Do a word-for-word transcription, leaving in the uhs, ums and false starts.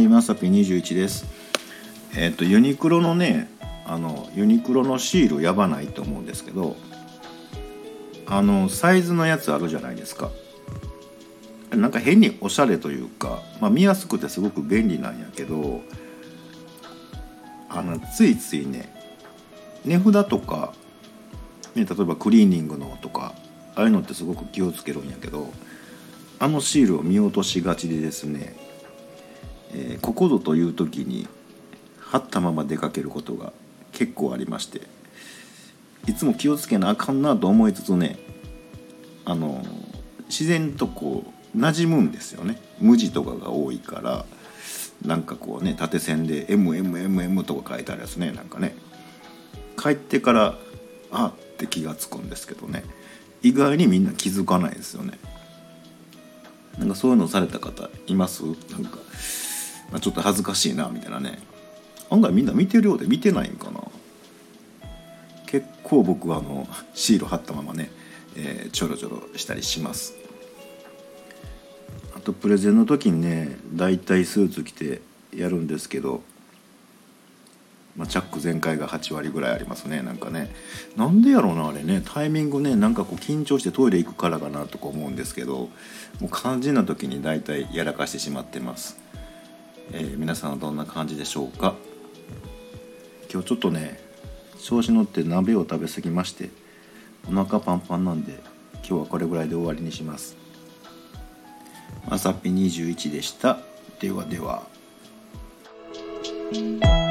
はいまさぴにじゅういちです。えっ、とユニクロのねあのユニクロのシールやばないと思うんですけど、あのサイズのやつあるじゃないですか。なんか変におしゃれというか、まあ、見やすくてすごく便利なんやけど、あのついついね値札とか、ね、例えばクリーニングのとかああいうのってすごく気をつけるんやけど、あのシールを見落としがちでですね、えー、ここぞという時に貼ったまま出かけることが結構ありまして、いつも気をつけなあかんなと思いつつね、あの自然とこう馴染むんですよね。無地とかが多いから、なんかこうね縦線で エムエムエムエム とか書いてあるやつね、なんかね帰ってからあって気がつくんですけどね、意外にみんな気づかないですよね。なんかそういうのされた方います？なんかちょっと恥ずかしいなみたいなね。案外みんな見てるようで見てないんかな。結構僕はあのシール貼ったままね、えー、ちょろちょろしたりします。あとプレゼンの時にねだいたいスーツ着てやるんですけど、まあ、チャック全開がはち割ぐらいありますね。なんかねなんでやろうなあれね、タイミングね、なんかこう緊張してトイレ行くからかなとか思うんですけど、もう肝心な時にだいたいやらかしてしまってます。えー、皆さんはどんな感じでしょうか。今日ちょっとね調子乗って鍋を食べ過ぎましてお腹パンパンなんで、今日はこれぐらいで終わりにします。まさぴにじゅういちでした。ではでは。